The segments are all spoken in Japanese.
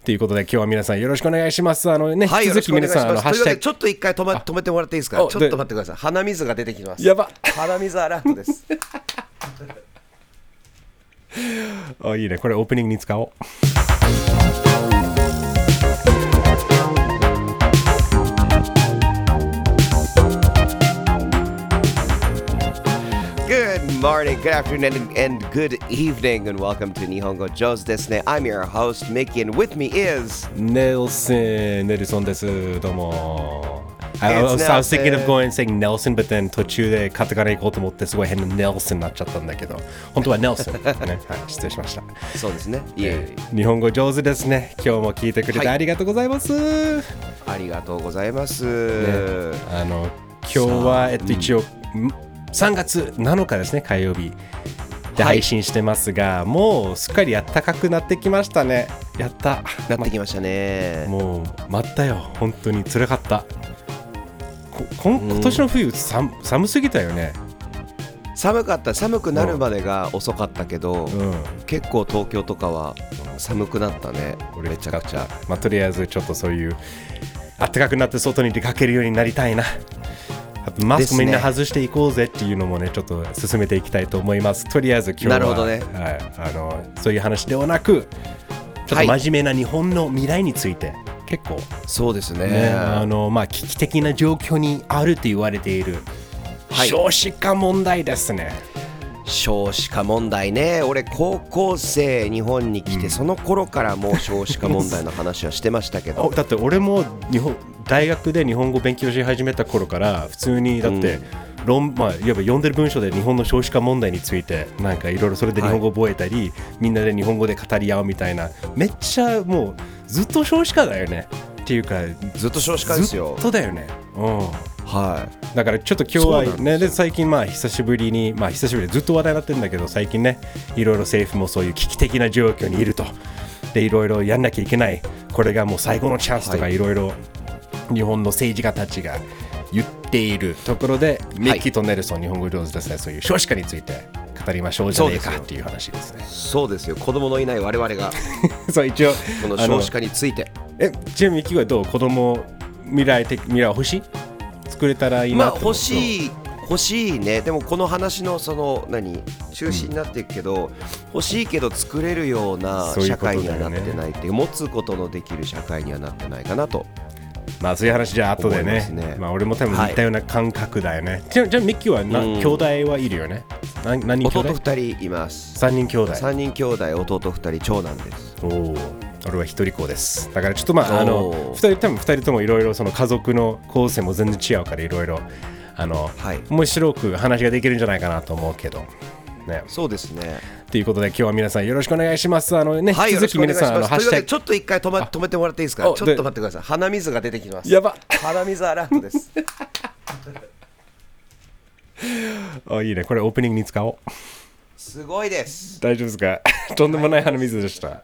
ということで今日は皆さんよろしくお願いします。 はい、 引き続き皆さんハッシュタグちょっと一回止めてもらっていいですか。ちょっと待ってください。鼻水が出てきます。 やば鼻水アラートですいいね、これオープニングに使おう。 Good morning, good afternoon, and good evening, and welcome to Nihongo Joe'sですね。I'm your host, Mickey, and with me is ネルソンです。どうも。I It's was Nelson. thinking of saying Nelson, but then 途中でカタカナ行こうと思ってすごい変なネルソンになっちゃったんだけど、本当はネルソンですね。はい、失礼しました。 そうですね。いえいえ、 日本語上手ですね。今日も聞いてくれてありがとうございます。 ありがとうございます。 今日は一応3月7日ですね、火曜日で配信してますが、もうすっかり暖かくなってきましたね。やった。 なってきましたね。 もう待ったよ。本当に辛かった。今年の冬、寒すぎたよね。 寒くなるまでが遅かったけど、結構東京とかは寒くなったね。めちゃくちゃ。 とりあえずちょっとそういう暖かくなって外に出かけるようになりたいな。あとマスクみんな外していこうぜっていうのもね、ちょっと進めていきたいと思います。とりあえず今日はなるほどね。 はい、そういう話ではなく、ちょっと真面目な日本の未来について、結構そうですね。 危機的な状況にあると言われている、少子化問題ですね。 少子化問題ね。俺高校生日本に来て、その頃からもう少子化問題の話はしてましたけどだって俺も大学で日本語勉強し始めた頃から普通にだって、いわば読んでる文章で日本の少子化問題についてなんかいろいろそれで日本語覚えたり、みんなで日本語で語り合うみたいな、めっちゃもうずっと少子化だよねっていうか、 ずっと少子化ですよ。 ずっとだよね。 はい。 だからちょっと今日はね、で最近久しぶりにずっと話題になってるんだけど、最近ねいろいろ政府もそういう危機的な状況にいると、でいろいろやんなきゃいけない、これがもう最後のチャンスとかいろいろ日本の政治家たちが言っているところで、ミッキーとネルソン日本語上手ですね、そういう少子化について語りましょうじゃねえかっていう話ですね。 そうですよ。子供のいない我々がそう一応この少子化についてちなみにミッキーはどう、子供未来欲しい、作れたらいいなと思う。 欲しいね。でもこの話の中心になっていくけど、欲しいけど作れるような社会にはなってないっていう、持つことのできる社会にはなってないかなと。 そういう話じゃあ後でね。俺も多分似たような感覚だよね。じゃあミッキーは兄弟はいるよね。何人兄弟？ 弟2人います。 3人兄弟。 3人兄弟、弟2人、長男です。 俺は一人子です。だからちょっと2人ともいろいろその家族の構成も全然違うから、いろいろ面白く話ができるんじゃないかなと思うけどね。 そうですね。 ということで今日は皆さんよろしくお願いします。引き続き皆さんハッシュタグちょっと一回止めてもらっていいですか。ちょっと待ってください。鼻水が出てきます。 やば鼻水アラートですいいね、これオープニングに使おう。 すごいです。 大丈夫ですかとんでもない鼻水でした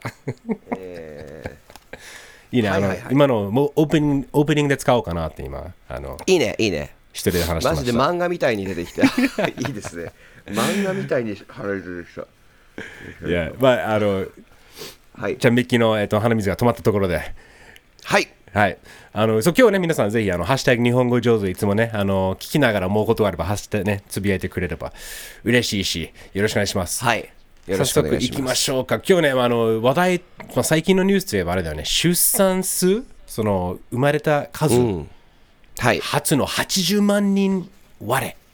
いいね、今のもうオープニングで使おうかなって今いいね一人で話してました。 マジで漫画みたいに出てきたいいですね。漫画みたいに鼻水出てきた。 いや、じゃあミッキーの、鼻水が止まったところで、はい、今日はね皆さんぜひハッシュタグ日本語上手いつもね聞きながら思うことがあればハッシュタグねつぶやいてくれれば嬉しいし、よろしくお願いします。 はい。よろしくお願いします。 早速行きましょうか。今日ね話題、最近のニュースといえばあれだよね、出産数、その生まれた数、初の80万人割れ。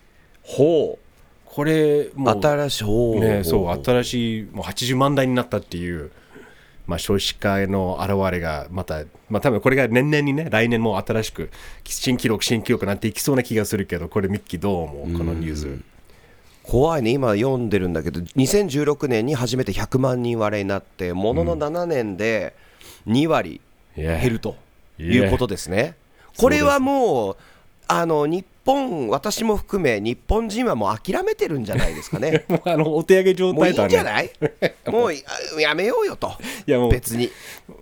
これもう新しいね、新しいもう80万台になったっていう、少子化の現れがまた、多分これが年々にね、来年も新しく新記録なっていきそうな気がするけど、これミッキーどう思う、このニュース。 怖いね。今読んでるんだけど、2016年に初めて100万人割れになって、ものの7年で2割減るということですね。これはもう日本、私も含め日本人はもう諦めてるんじゃないですかねお手上げ状態だね。 もういいんじゃないもうやめようよと。いやもう別に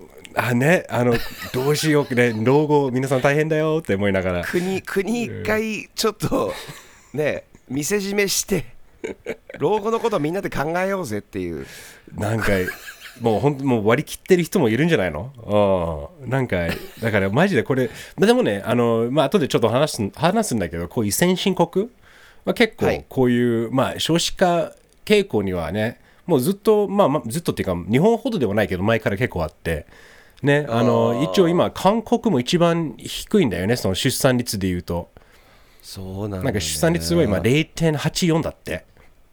どうしようね、老後皆さん大変だよって思いながら国一回ちょっとね店締めして老後のことをみんなで考えようぜっていう。 なんかもう本当もう割り切ってる人もいるんじゃないの？なんかだからマジでこれでもね後でちょっと話すんだけど、こういう先進国は結構こういう、少子化傾向にはねもうずっとずっとっていうか日本ほどではないけど前から結構あってね、一応今韓国も一番低いんだよね、その出産率でいうと。 そうなんだ、ね、 なんか出産率は今 0.84 だって。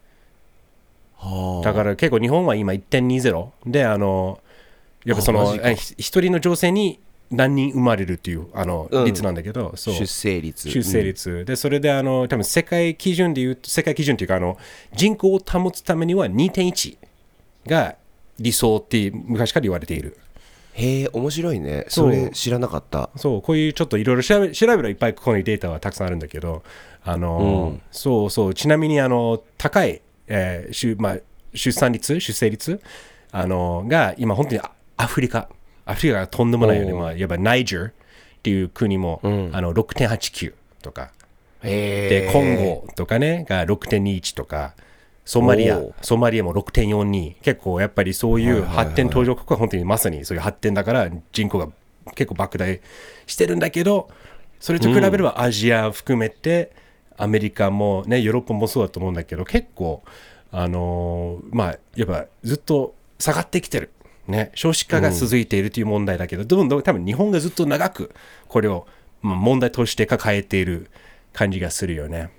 だから結構日本は今 1.20 でやっぱその一人の女性に何人生まれるっていう率なんだけど、そう出生率、 でそれで多分世界基準でいうと、世界基準っていうか人口を保つためには 2.1 が理想って昔から言われている。 へえ、面白いね。それ知らなかった。 そう、こういうちょっといろいろ調べればいっぱいここにデータはたくさんあるんだけど、そうちなみに高い、出生率が今本当にアフリカがとんでもないよね。いわばナイジャーっていう国も、6.89 とかで、コンゴとかねが 6.21 とか、ソマリアも 6.42。 結構やっぱりそういう発展途上国は本当にまさにそういう発展だから人口が結構莫大してるんだけど、それと比べればアジア含めてアメリカもねヨーロッパもそうだと思うんだけど、結構やっぱずっと下がってきてるね。少子化が続いているという問題だけど、どんどん多分日本がずっと長くこれを問題として抱えている感じがするよね。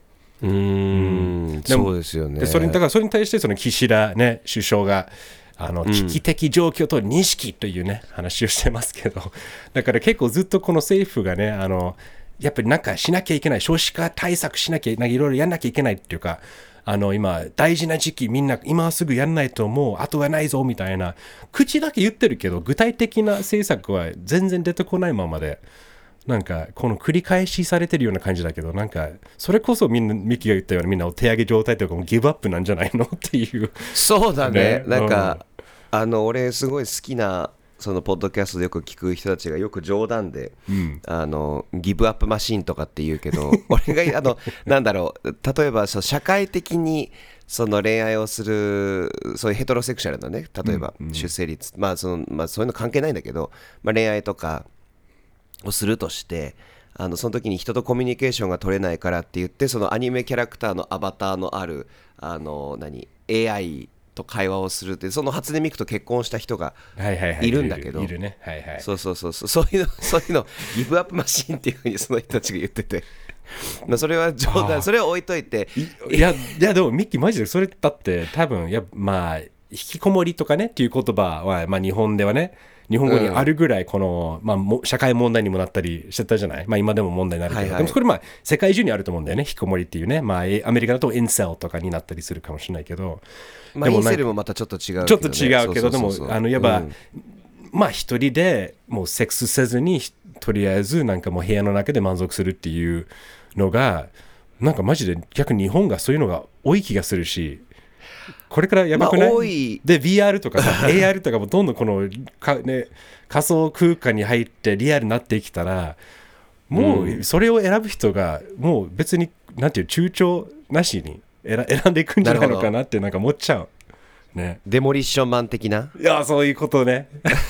そうですよね。 でそれに対してその岸田、ね、首相が危機的状況と認識というね話をしてますけど、だから結構ずっとこの政府がねやっぱりなんかしなきゃいけない、少子化対策しなきゃ、なんかいろいろやんなきゃいけないっていうか、今大事な時期みんな今すぐやんないともう後がないぞみたいな口だけ言ってるけど、具体的な政策は全然出てこないままで、なんかこの繰り返しされてるような感じだけど、なんかそれこそミキが言ったようにみんなお手上げ状態というかもうギブアップなんじゃないのっていう。 そうだね。なんか、俺すごい好きなそのポッドキャストでよく聞く人たちがよく冗談で、ギブアップマシーンとかって言うけど俺がなんだろう、例えば社会的にその恋愛をするそういうヘトロセクシャルなね、例えば出生率、そういうの関係ないんだけど、恋愛とかをするとして、その時に人とコミュニケーションが取れないからって言って、そのアニメキャラクターのアバターのあるAI と会話をするって、その初音ミクと結婚した人がいるんだけど、そういうのギブアップマシーンっていう風にその人たちが言っててそれは冗談、それは置いといて、 いやでもミッキーマジでそれだって多分引きこもりとかねっていう言葉は、日本ではね日本語にあるぐらいこの、社会問題にもなったりしてたじゃない。今でも問題になるけど、でもこれ世界中にあると思うんだよね、引きこもりっていうね。アメリカだとインセルとかになったりするかもしれないけど、 でもインセルもまたちょっと違うけど、ね、 ちょっと違うけど、でもやっぱ、一人でもうセックスせずにとりあえずなんかもう部屋の中で満足するっていうのがなんかマジで逆に日本がそういうのが多い気がするし、これからやばくない？で VR とかさAR とかもどんどんこの仮想空間に入ってリアルになってきたら、もうそれを選ぶ人がもう別になんていう躊躇なしに選んでいくんじゃないのかなってなんか思っちゃうね。 デモリッションマン的な、 いやそういうことね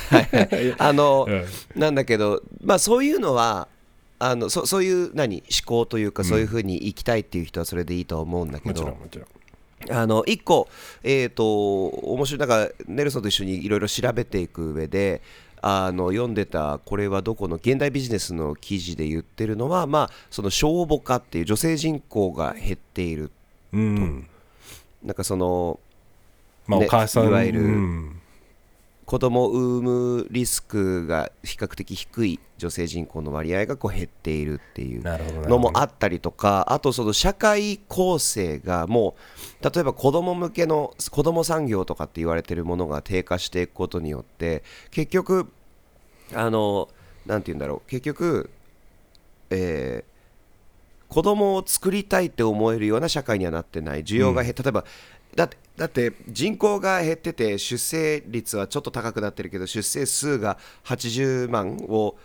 なんだけど、そういうのはそういう思考というか、そういう風に生きたいっていう人はそれでいいと思うんだけど、 もちろん一個面白い、なんかネルソンと一緒にいろいろ調べていく上で読んでた、これはどこの現代ビジネスの記事で言ってるのは、その少母化っていう女性人口が減っていると、なんかその、 お母さん、 いわゆる、子供を産むリスクが比較的低い女性人口の割合が減っているっていうのもあったりとか、あとその社会構成がもう例えば子供向けの子供産業とかって言われているものが低下していくことによって、結局なんて言うんだろう、結局、子供を作りたいって思えるような社会にはなってない。需要が例えばだって人口が減ってて出生率はちょっと高くなってるけど、出生数が80万を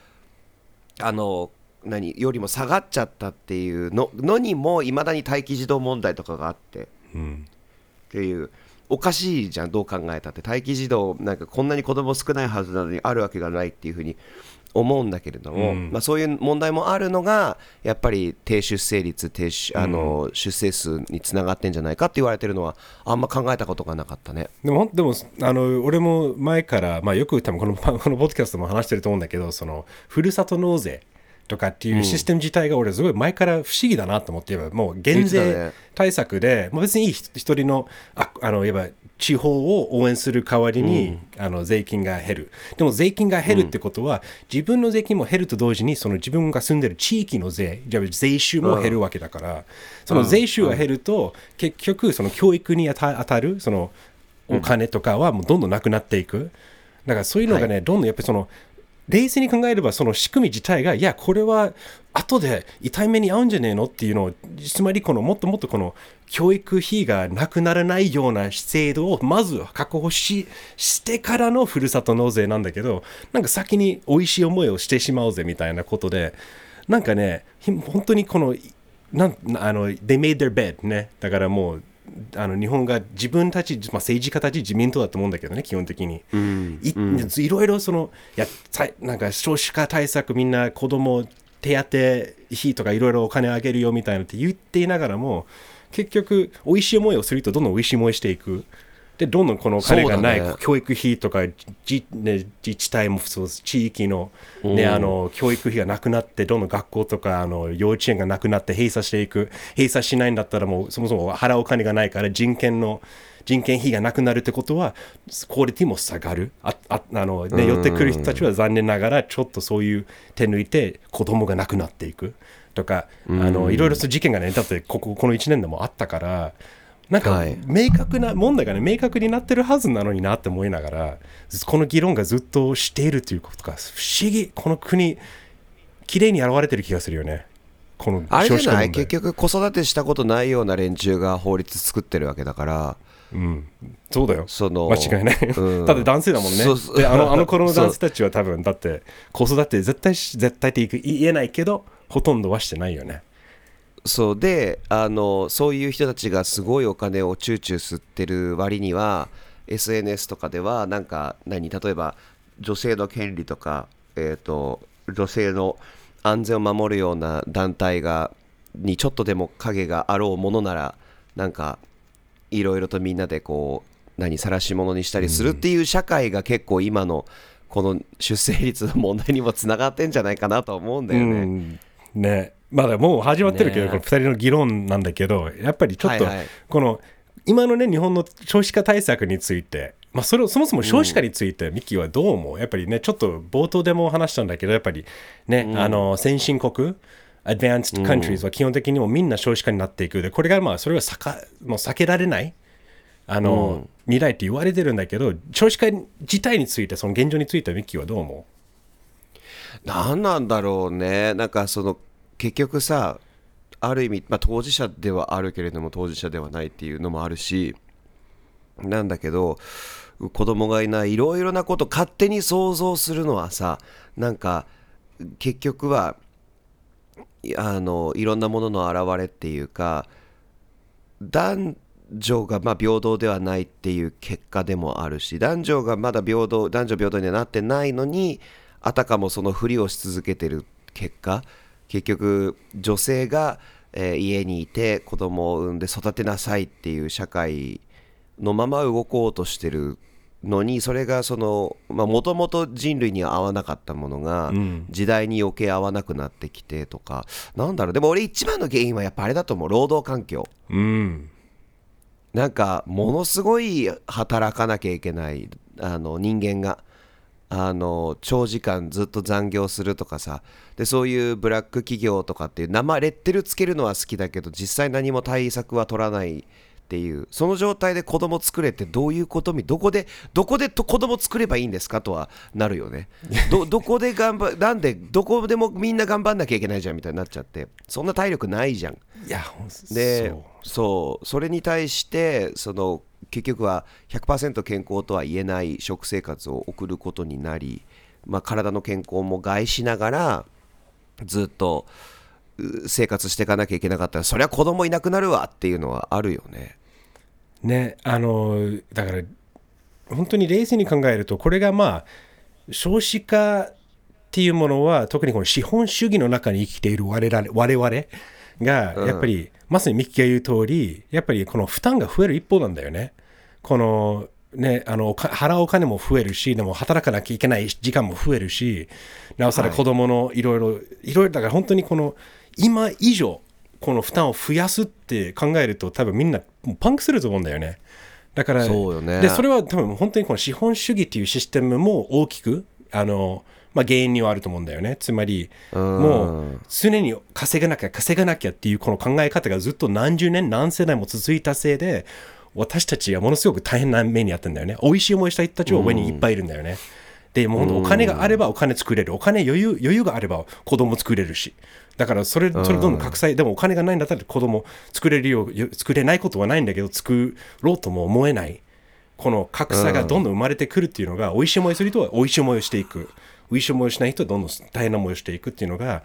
よりも下がっちゃったっていうのにもいまだに待機児童問題とかがあって、っていうおかしいじゃん、どう考えたって。待機児童なんかこんなに子供少ないはずなのにあるわけがないっていうふうに思うんだけれども、まあ、そういう問題もあるのがやっぱり低出生率、出生数につながってんじゃないかって言われてるのはあんま考えたことがなかったね。 でも俺も前から、まあ、よく多分このポッドキャストも話してると思うんだけど、そのふるさと納税とかっていうシステム自体が俺すごい前から不思議だなと思って、もう減税対策で、まあ、別にいい一人の言えば地方を応援する代わりに、税金が減る。でも税金が減るってことは、自分の税金も減ると同時にその自分が住んでる地域の税収も減るわけだから、その税収が減ると、結局その教育に当たるそのお金とかはもうどんどんなくなっていく。だからそういうのがね、どんどんやっぱりその冷静に考えればその仕組み自体が、いやこれは後で痛い目に遭うんじゃねえのっていうのを、つまりこのもっともっとこの教育費がなくならないような制度をまず確保してからのふるさと納税なんだけど、なんか先に美味しい思いをしてしまうぜみたいなことで、なんかね本当にこのthey made their bed ね。だからもう日本が自分たち、まあ、政治家たち自民党だと思うんだけどね、基本的に、いろいろそのなんか少子化対策、みんな子供手当費とかいろいろお金あげるよみたいなって言っていながらも、結局美味しい思いをするとどんどん美味しい思いしていく。でどんどんこの金がない、教育費とか自治体もそう、地域の、教育費がなくなって、どんどん学校とか幼稚園がなくなって閉鎖していく。閉鎖しないんだったらもうそもそも払うお金がないから人件費がなくなるってことはクオリティも下がる。寄ってくる人たちは残念ながらちょっとそういう手抜いて子供がなくなっていくとか、いろいろそう事件がね、だってこの1年でもあったから、なんか明確な問題がね、明確になってるはずなのになって思いながら、この議論がずっとしているということが不思議。この国綺麗に現れてる気がするよね。このあれじゃない、結局子育てしたことないような連中が法律作ってるわけだから、 そうだよ、間違いない、だって男性だもんね。であの頃の男性たちは多分だって子育て絶対って言えないけどほとんどはしてないよね。 そうで、そういう人たちがすごいお金をチューチュー吸ってる割には SNS とかではなんか例えば女性の権利とか、女性の安全を守るような団体にちょっとでも影があろうものなら、なんかいろいろとみんなでこう晒し者にしたりするっていう社会が結構今のこの出生率の問題にもつながってんじゃないかなと思うんだよね。 ね、まだもう始まってるけど、この2人の議論なんだけど、やっぱりちょっとこの今のね日本の少子化対策について、まあ、そもそも少子化についてミッキーはどう思う？やっぱりねちょっと冒頭でも話したんだけど、やっぱりね、先進国Advanced countries は基本的にもみんな少子化になっていく。でこれがまあそれはもう避けられない未来って言われてるんだけど、少子化自体について、その現状についてミッキーはどう思う？何なんだろうね。なんかその結局さ、ある意味、当事者ではあるけれども当事者ではないっていうのもあるし、なんだけど子供がいないいろいろなこと勝手に想像するのはさ、なんか結局はいろんなものの表れっていうか、男女が平等ではないっていう結果でもあるし、男女平等にはなってないのにあたかもそのふりをし続けてる結果、結局女性が、家にいて子供を産んで育てなさいっていう社会のまま動こうとしてるのに、それがもともと人類には合わなかったものが、時代に余計合わなくなってきてとか、なんだろう。でも俺一番の原因はやっぱあれだと思う。労働環境。なんかものすごい働かなきゃいけない人間が長時間ずっと残業するとかさ、でそういうブラック企業とかっていうレッテルつけるのは好きだけど実際何も対策は取らないっていう、その状態で子供作れってどういうこと？どこで子供作ればいいんですかとはなるよね。どこでなんでどこでもみんな頑張んなきゃいけないじゃんみたいになっちゃって、そんな体力ないじゃん。 いやでそれに対して結局は 100% 健康とは言えない食生活を送ることになり、体の健康も害しながらずっと生活していかなきゃいけなかったら、そりゃ子供いなくなるわっていうのはあるよね。 ね、だから本当に冷静に考えると、これがまあ少子化っていうものは、特にこの資本主義の中に生きている我々がやっぱり、まさにミッキーが言う通り、やっぱりこの負担が増える一方なんだよね。このね、払うお金も増えるし、でも働かなきゃいけない時間も増えるし、なおさら子供のいろいろだから、本当にこの今以上この負担を増やすって考えると、多分みんなもうパンクすると思うんだよね。だからそうよね。 でそれは多分本当にこの資本主義っていうシステムも大きくまあ、原因にはあると思うんだよね。つまりもう常に稼がなきゃっていうこの考え方がずっと何十年何世代も続いたせいで、私たちはものすごく大変な目にあったんだよね。美味しい思いした人たちは上にいっぱいいるんだよね。でもう本当お金があればお金作れる、余裕があれば子供作れるし、だからそれどんどん格差、でもお金がないんだったら子供作れないことはないんだけど、作ろうとも思えない、この格差がどんどん生まれてくるっていうのが、美味しい思いする人は美味しい思いをしていく、美味しい思いをしない人はどんどん大変な思いをしていくっていうのが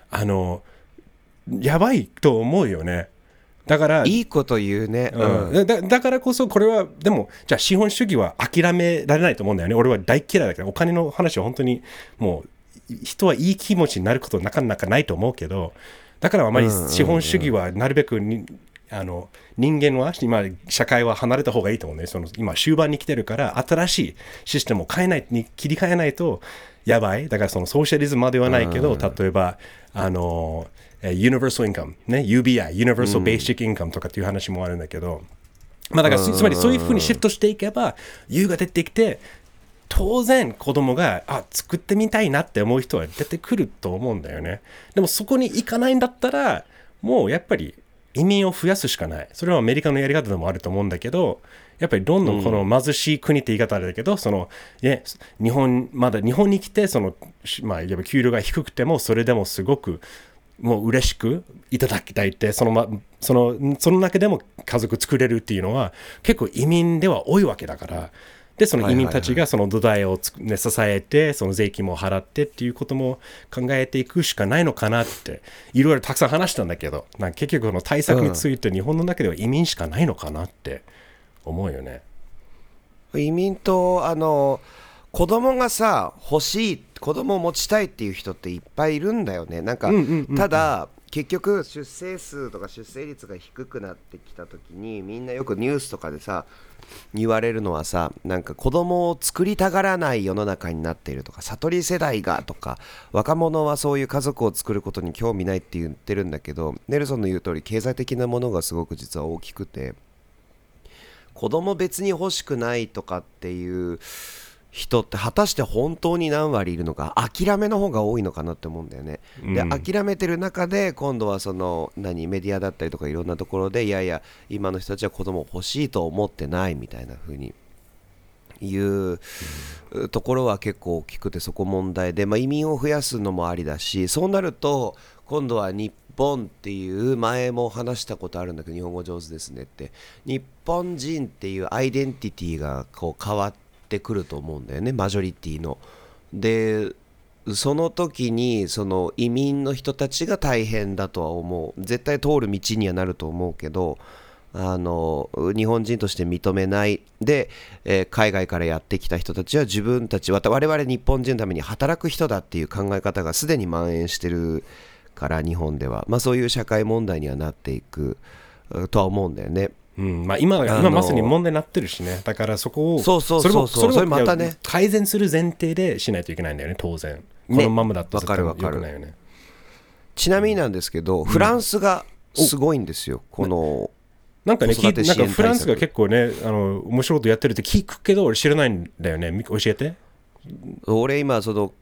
やばいと思うよね。だからいいこと言うね、 だからこそこれはでもじゃあ資本主義は諦められないと思うんだよね。俺は大嫌いだけど、お金の話は本当にもう人はいい気持ちになることなかなかないと思うけど、だからあまり資本主義はなるべく人間は今社会は離れた方がいいと思うね。今終盤に来てるから、新しいシステムを切り替えないとやばい。だからソーシャリズムまではないけど、例えばユニバーサルインカム、ね、UBI、ユニバーサルベーシックインカムとかっていう話もあるんだけど、まあ、だからつまりそういうふうにシフトしていけば、優が出てきて、当然子供が作ってみたいなって思う人は出てくると思うんだよね。でもそこに行かないんだったら、もうやっぱり移民を増やすしかない。それはアメリカのやり方でもあると思うんだけど、やっぱりどんどんこの貧しい国って言い方あれだけど、日本に来てまあ、やっぱ給料が低くてもそれでもすごくもう嬉しくいただきたいって、その中でも家族作れるっていうのは結構移民では多いわけだから。でその移民たちがその土台を支えて、その税金も払ってっていうことも考えていくしかないのかなって、いろいろたくさん話したんだけど、結局この対策について日本の中では移民しかないのかなって思うよね。 移民と子供がさ欲しい、子供を持ちたいっていう人っていっぱいいるんだよね。なんか、ただ結局出生数とか出生率が低くなってきた時に、みんなよくニュースとかでさ言われるのはさ、なんか子供を作りたがらない世の中になっているとか、悟り世代がとか、若者はそういう家族を作ることに興味ないって言ってるんだけど、ネルソンの言う通り経済的なものがすごく実は大きくて、子供別に欲しくないとかっていう人って果たして本当に何割いるのか、諦めの方が多いのかなって思うんだよね。で諦めてる中で今度はメディアだったりとかいろんなところで、いやいや今の人たちは子供欲しいと思ってないみたいな風にいうところは結構大きくて、そこ問題で、移民を増やすのもありだし、そうなると今度は日本っていう、前も話したことあるんだけど、日本語上手ですねって、日本人っていうアイデンティティがこう変わってくると思うんだよね、マジョリティの。でその時にその移民の人たちが大変だとは思う。絶対通る道にはなると思うけど、日本人として認めないで、海外からやってきた人たちは自分たち、我々日本人のために働く人だっていう考え方がすでに蔓延してるから、日本では、そういう社会問題にはなっていくとは思うんだよね。 今まさに問題になってるしね。だからそこをそれまたね改善する前提でしないといけないんだよね、当然。このままだと絶対良くないよね。 ちなみになんですけど、フランスがすごいんですよ、このなんかね、なんかフランスが結構ね、面白いことやってるって聞くけど、俺知らないんだよね。教えて。 俺今ピスト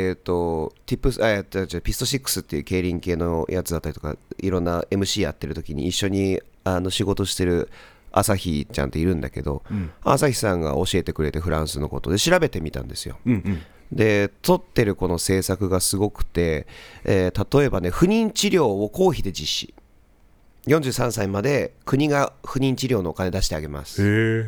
6っていう競輪系のやつだったりとか、いろんな MC やってる時に一緒に仕事してる朝日ちゃんっているんだけど、朝日さんが教えてくれて、フランスのことで調べてみたんですよ。で取ってるこの政策がすごくて、例えばね、不妊治療を公費で実施、43歳まで国が不妊治療のお金出してあげます。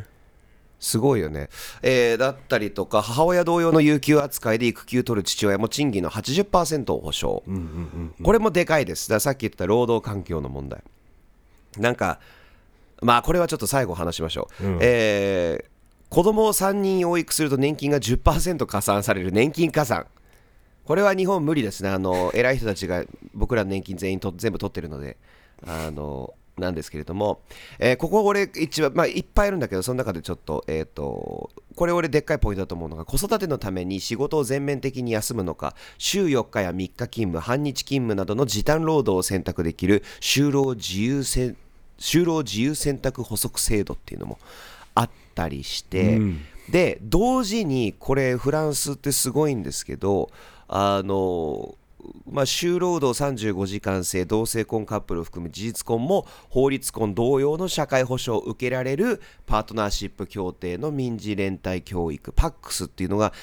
すごいよね。だったりとか、母親同様の有給扱いで育休取る父親も賃金の 80% を保証。これもでかいです。だからさっき言った労働環境の問題。なんかまあこれはちょっと最後話しましょう、 うん子供を3人養育すると年金が 10% 加算される年金加算、これは日本無理ですね。偉い人たちが僕らの年金全部取ってるのでなんですけれども、ここ俺一番、まあ、いっぱいあるんだけど、その中でちょっと、これ俺でっかいポイントだと思うのが、子育てのために仕事を全面的に休むのか、週4日や3日勤務、半日勤務などの時短労働を選択できる就労自由選択補足制度っていうのもあったりして、で同時にこれフランスってすごいんですけど、就労働35時間制、同性婚カップルを含む事実婚も法律婚同様の社会保障を受けられるパートナーシップ協定の民事連帯教育パックスっていうのが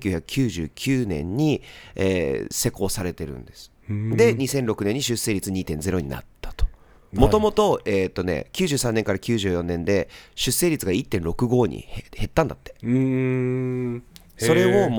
1999年に、施行されてるんです。で2006年に出生率 2.0 になったと。もともと93年から94年で出生率が 1.65 に減ったんだって。それを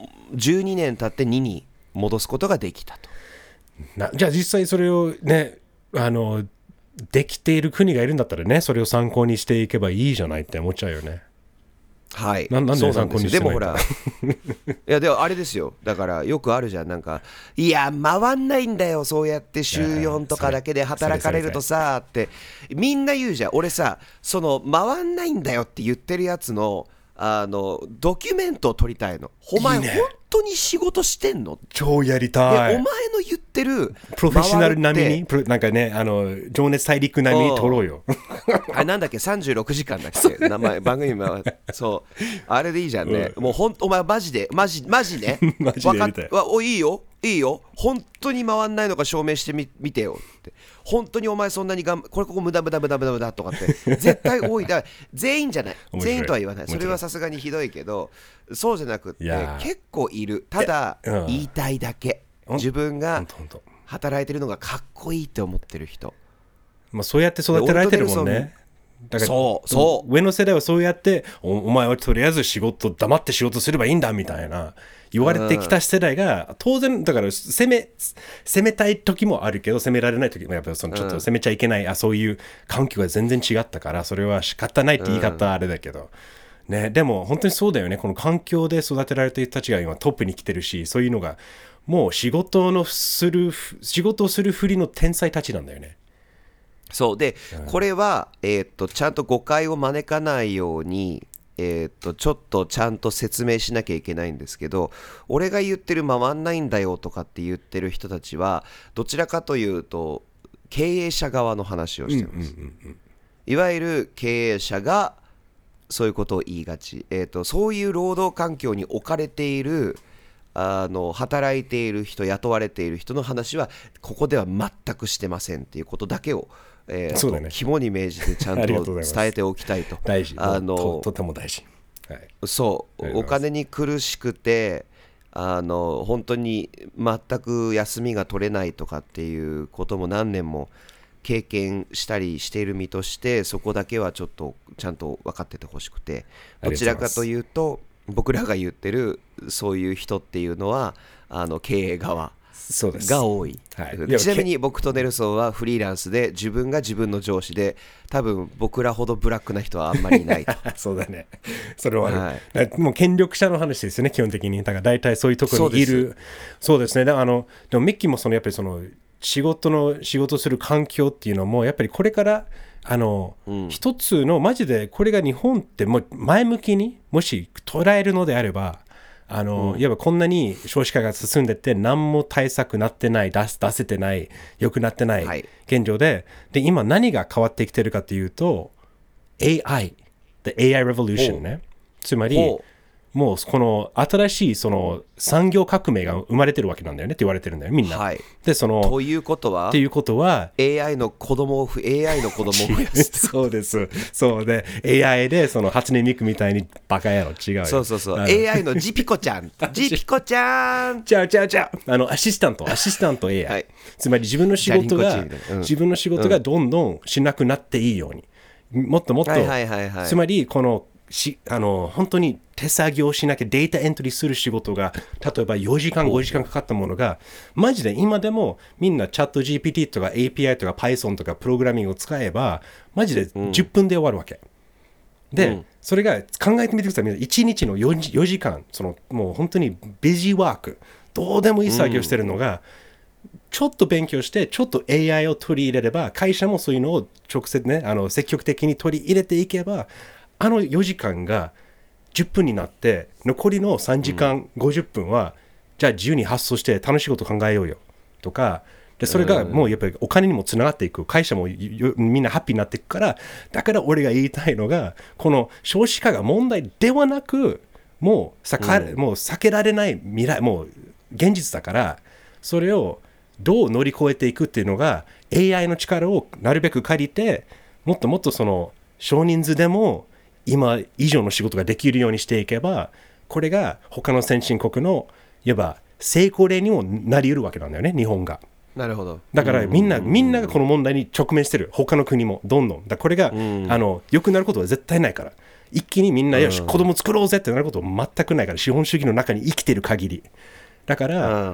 12年経って2に戻すことができたと。 じゃあ実際それをねできている国がいるんだったらね、それを参考にしていけばいいじゃないって思っちゃうよね。 はい。 なんで参考にしてないか。 でもほらいやでもあれですよ、だからよくあるじゃん、なんかいや回んないんだよ、そうやって週4とかだけで働かれるとさってみんな言うじゃん。俺さ、その回んないんだよって言ってるやつのドキュメントを取りたいの。お前本当に仕事してんの？ 超やりたい。 お前の言ってるプロフェッショナル並みになんかね、情熱大陸並みに取ろうよ。 なんだっけ、36時間だっけ名前、番組はそうあれでいいじゃんね、もうお前マジねマジでやりたい。 いいよ本当に回んないのか証明してみてよって。本当にお前そんなにここ無駄とかって絶対多い。だから全員じゃない、全員とは言わない、それはさすがにひどいけど、そうじゃなくって結構いる。ただ言いたいだけ、自分が働いてるのがかっこいいって思ってる人、 まあ、そうやって育てられてるもんね。だからそう上の世代はそうやってお前はとりあえず黙って仕事すればいいんだみたいな言われてきた世代が当然だから、攻めたい時もあるけど攻められない時もやっぱりちょっと攻めちゃいけない、そういう環境が全然違ったから、それは仕方ないって言い方はあれだけど、ね、でも本当にそうだよね。この環境で育てられている人たちが今トップに来てるし、そういうのがもう仕事をするふりの天才たちなんだよね。 そうで、これは、ちゃんと誤解を招かないように、ちょっとちゃんと説明しなきゃいけないんですけど、俺が言ってる回んないんだよとかって言ってる人たちはどちらかというと経営者側の話をしてます、いわゆる経営者がそういうことを言いがち、そういう労働環境に置かれている働いている人、雇われている人の話はここでは全くしてませんっていうことだけを、 そうだね、 肝に銘じてちゃんと伝えておきたいと。 大事、とても大事、はい、 そうお金に苦しくて本当に全く休みが取れないとかっていうことも何年も経験したりしている身として、そこだけはちょっとちゃんと分かっててほしくて、どちらかというと僕らが言ってるそういう人っていうのは経営側が多い、はい、ちなみに僕とネルソンはフリーランスで自分が自分の上司で、多分僕らほどブラックな人はあんまりいないとそうだね、それはある、はい、もう権力者の話ですよね基本的に。だから大体そういうところにいる。そうですね。でもミッキーもやっぱり仕事する環境っていうのもやっぱりこれから一つのマジでこれが日本ってもう前向きにもし捉えるのであれば、いわばこんなに少子化が進んでて何も対策なってない、出せてない、良くなってない現状で、今何が変わってきてるかというと The AI Revolution ね。つまりもうこの新しい産業革命が生まれてるわけなんだよねって言われてるんだよみんな、はい、でということは AI の子供を増やすそうです。そうで AI で初音ミクみたいにバカ野郎違うよ。 そう、AI のジピコちゃんジピコちゃんちゃうアシスタント AI、はい、つまり自分の仕事がどんどんしなくなっていいように、もっともっと、つまりこの本当に手作業しなきゃデータエントリーする仕事が例えば4時間5時間かかったものがマジで今でもみんなチャット GPT とか API とか Python とかプログラミングを使えばマジで10分で終わるわけ、で、それが考えてみてください。1日の4時間もう本当にビジーワークどうでもいい作業してるのが、ちょっと勉強してちょっと AI を取り入れれば会社もそういうのを直接ね積極的に取り入れていけば4時間が10分になって残りの3時間50分は、じゃあ自由に発想して楽しいこと考えようよとかで、それがもうやっぱりお金にもつながっていく、会社もみんなハッピーになっていくから、だから俺が言いたいのがこの少子化が問題ではなくもう避けられない未来、もう現実だから、それをどう乗り越えていくっていうのが AI の力をなるべく借りてもっともっと少人数でも今以上の仕事ができるようにしていけば、これが他の先進国のいわば成功例にもなり得るわけなんだよね、日本が。 なるほど。 だからみんながこの問題に直面してる、他の国もどんどんこれが良くなることは絶対ないから、一気にみんなよし子供作ろうぜってなることは全くないから、資本主義の中に生きてる限りだから、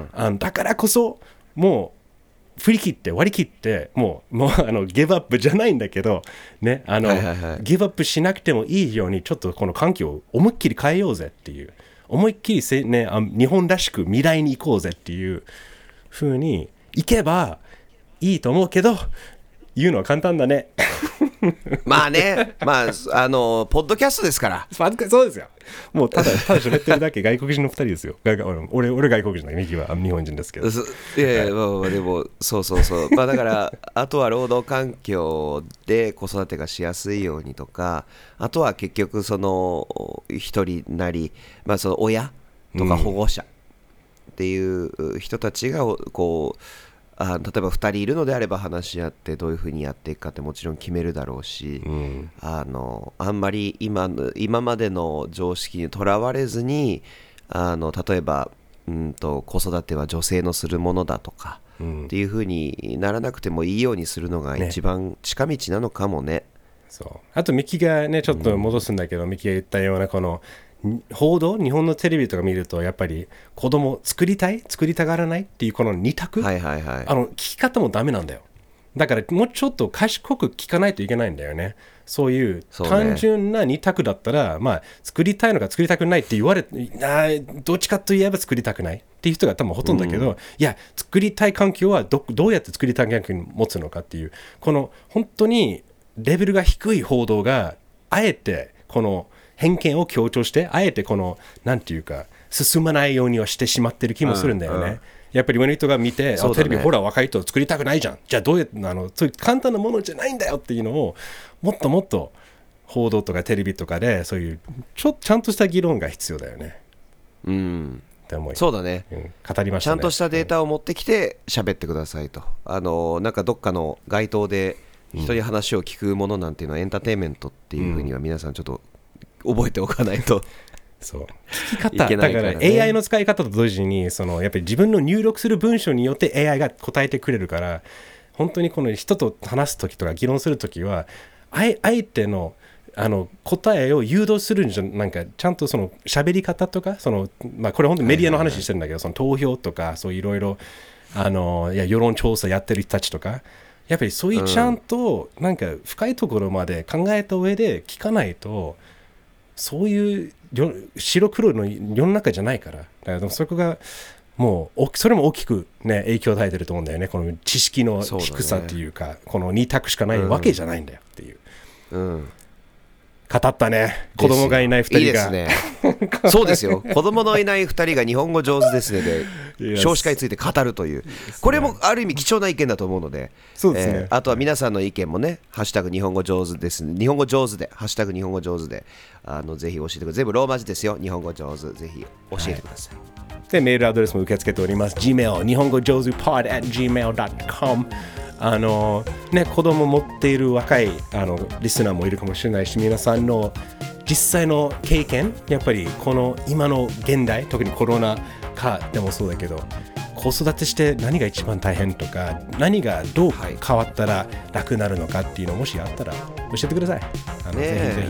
だからこそもう振り切って割り切ってもうギブアップじゃないんだけどね、ギブアップしなくてもいいようにちょっとこの環境を思いっきり変えようぜっていう、思いっきり日本らしく未来に行こうぜっていう風に行けばいいと思うけど、言うのは簡単だねまあね、ポッドキャストですから。 そうですよ。もうただ喋ってるだけ外国人の2人ですよ。俺外国人だ、ミキは日本人ですけど。 いや、でもそうだからあとは労働環境で子育てがしやすいようにとか、あとは結局一人なり、その親とか保護者っていう人たちがこう例えば2人いるのであれば話し合ってどういうふうにやっていくかってもちろん決めるだろうし、あんまり今までの常識にとらわれずに例えば子育ては女性のするものだとか、っていうふうにならなくてもいいようにするのが一番近道なのかもね。 そう。あとミキがねちょっと戻すんだけど、ミキが言ったようなこの報道、日本のテレビとか見るとやっぱり子供作りたがらないっていうこの二択、聞き方もダメなんだよ。だからもうちょっと賢く聞かないといけないんだよね。そういう単純な二択だったら、作りたいのか作りたくないって言われて、どっちかといえば作りたくないっていう人が多分ほとんどだけど、いや作りたい環境はどうやって作りたい環境に持つのかっていう、この本当にレベルが低い報道があえてこの偏見を強調してあえてこのなんていうか進まないようにはしてしまってる気もするんだよね。やっぱり上の人が見て、テレビほら若い人作りたくないじゃん、じゃあどうやってそういう簡単なものじゃないんだよっていうのをもっともっと報道とかテレビとかでそういうちゃんとした議論が必要だよね。 そうだね、 語りましたね。 ちゃんとしたデータを持ってきて喋ってくださいと。なんかどっかの街頭で人に話を聞くものなんていうのはエンターテインメントっていうふうには皆さんちょっと覚えておかないとそう聞き方だから AI の使い方と同時にやっぱり自分の入力する文章によって AI が答えてくれるから、本当にこの人と話すときとか議論するときは相手の答えを誘導するんじゃなんかちゃんと喋り方とかこれ本当にメディアの話してるんだけど、投票とかそういろいろ世論調査やってる人たちとかやっぱりそういうちゃんとなんか深いところまで考えた上で聞かないと、そういう白黒の世の中じゃないから。だからそこがもうそれも大きくね影響を与えてると思うんだよね。この知識の低さっていうか、この2択しかないわけじゃないんだよっていう、語ったね。子供がいない2人がいいですねそうですよ、子供のいない2人が日本語上手ですねで少子化について語るという、これもある意味貴重な意見だと思うので、 そうですね。 あとは皆さんの意見もね、ハッシュタグ日本語上手ですね、日本語上手でハッシュタグ日本語上手でぜひ教えてください。全部ローマ字ですよ、日本語上手、ぜひ教えてください。 でメールアドレスも受け付けております。 Gmail 日本語上手 pod@gmail.com。子供持っている若いリスナーもいるかもしれないし、皆さんの実際の経験、やっぱりこの今の現代、特にコロナ禍でもそうだけど、子育てして何が一番大変とか、何がどう変わったら楽になるのかっていうのをもしあったら教えてください。ぜひぜひ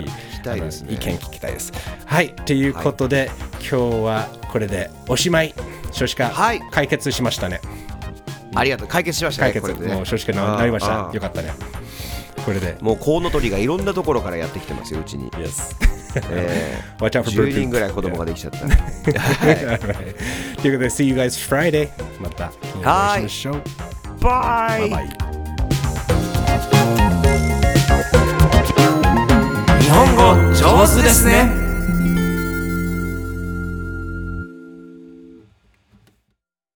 たいですね。 意見聞きたいです。はい、ということで、今日はこれでおしまい。少子化、解決しましたね。 ありがとう。解決しましたね。 解決、もう少子化になりました。よかったね。これでもうコウノトリがいろんなところからやってきてますよ、うちに。10人ぐらい子供ができちゃった。ということで See you guys Friday。またお会いしましょう。 バイバイ。 日本語上手ですね。